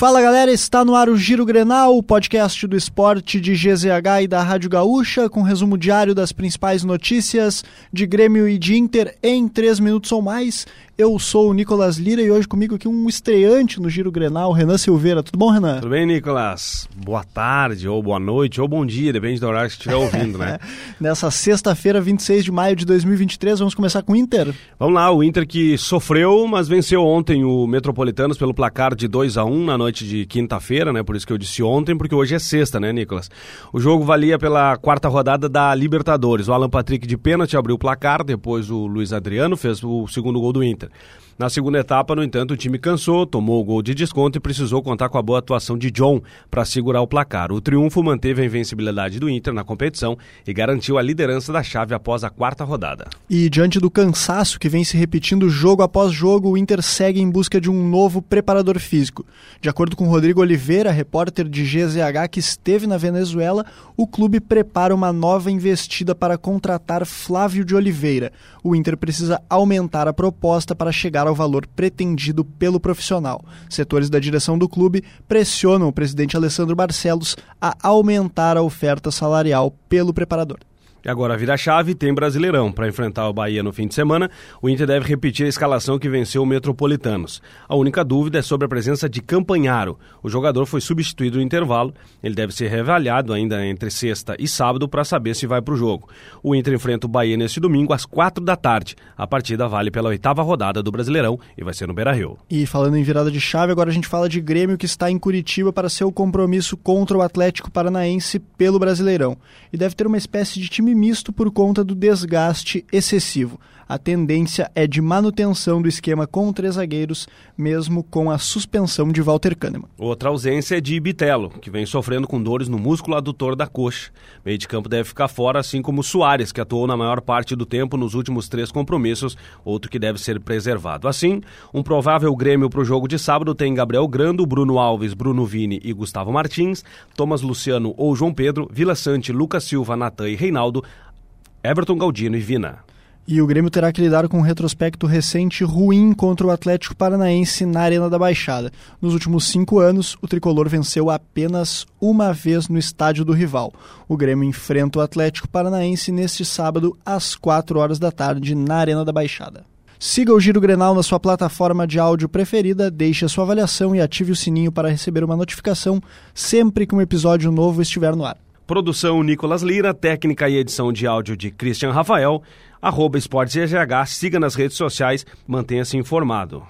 Fala galera, está no ar o Giro Grenal, o podcast do esporte de GZH e da Rádio Gaúcha, com resumo diário das principais notícias de Grêmio e de Inter em 3 minutos ou mais. Eu sou o Nicolas Lira e hoje comigo aqui um estreante no Giro Grenal, Renan Silveira. Tudo bom, Renan? Tudo bem, Nicolas? Boa tarde, ou boa noite, ou bom dia, depende do horário que estiver ouvindo, né? Nessa sexta-feira, 26 de maio de 2023, vamos começar com o Inter. Vamos lá, o Inter que sofreu, mas venceu ontem o Metropolitanos pelo placar de 2-1 na noite de quinta-feira, né? Por isso que eu disse ontem, porque hoje é sexta, né, Nicolas? O jogo valia pela quarta rodada da Libertadores. O Alan Patrick de pênalti abriu o placar, depois o Luiz Adriano fez o segundo gol do Inter. Na segunda etapa, no entanto, o time cansou, tomou o gol de desconto e precisou contar com a boa atuação de John para segurar o placar. O triunfo manteve a invencibilidade do Inter na competição e garantiu a liderança da chave após a quarta rodada. E diante do cansaço que vem se repetindo jogo após jogo, o Inter segue em busca de um novo preparador físico. De acordo com Rodrigo Oliveira, repórter de GZH que esteve na Venezuela, o clube prepara uma nova investida para contratar Flávio de Oliveira. O Inter precisa aumentar a proposta para chegar ao valor pretendido pelo profissional. Setores da direção do clube pressionam o presidente Alessandro Barcelos a aumentar a oferta salarial pelo preparador. E agora vira a chave, tem Brasileirão. Para enfrentar o Bahia no fim de semana, o Inter deve repetir a escalação que venceu o Metropolitanos. A única dúvida é sobre a presença de Campanharo. O jogador foi substituído no intervalo, ele deve ser reavaliado ainda entre sexta e sábado para saber se vai para o jogo. O Inter enfrenta o Bahia neste domingo às 4 da tarde. A partida vale pela 8ª rodada do Brasileirão e vai ser no Beira-Rio. E falando em virada de chave, agora a gente fala de Grêmio que está em Curitiba para seu compromisso contra o Atlético Paranaense pelo Brasileirão. E deve ter uma espécie de time misto por conta do desgaste excessivo. A tendência é de manutenção do esquema com 3 zagueiros, mesmo com a suspensão de Walter Kahneman. Outra ausência é de Bitelo, que vem sofrendo com dores no músculo adutor da coxa. Meio de campo deve ficar fora, assim como Soares, que atuou na maior parte do tempo nos últimos 3 compromissos, outro que deve ser preservado. Assim, um provável Grêmio para o jogo de sábado tem Gabriel Grando, Bruno Alves, Bruno Vini e Gustavo Martins, Thomas Luciano ou João Pedro, Vila Sante, Lucas Silva, Natan e Reinaldo, Everton Galdino e Vina. E o Grêmio terá que lidar com um retrospecto recente ruim contra o Atlético Paranaense na Arena da Baixada. Nos últimos 5 anos, o tricolor venceu apenas uma vez no estádio do rival. O Grêmio enfrenta o Atlético Paranaense neste sábado às 4 horas da tarde na Arena da Baixada. Siga o Giro Grenal na sua plataforma de áudio preferida, deixe a sua avaliação e ative o sininho para receber uma notificação sempre que um episódio novo estiver no ar. Produção Nicolas Lira, técnica e edição de áudio de Christian Rafael, @esportesgh, siga nas redes sociais, mantenha-se informado.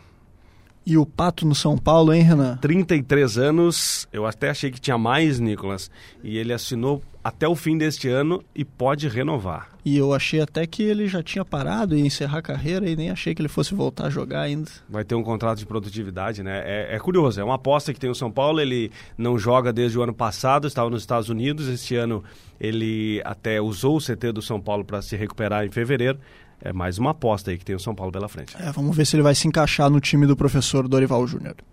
E o Pato no São Paulo, hein, Renan? 33 anos, eu até achei que tinha mais, Nicolas, e ele assinou até o fim deste ano e pode renovar. E eu achei até que ele já tinha parado e encerrar a carreira e nem achei que ele fosse voltar a jogar ainda. Vai ter um contrato de produtividade, né? É curioso, é uma aposta que tem o São Paulo, ele não joga desde o ano passado, estava nos Estados Unidos, este ano ele até usou o CT do São Paulo para se recuperar em fevereiro. É mais uma aposta aí que tem o São Paulo pela frente. Vamos ver se ele vai se encaixar no time do professor Dorival Júnior.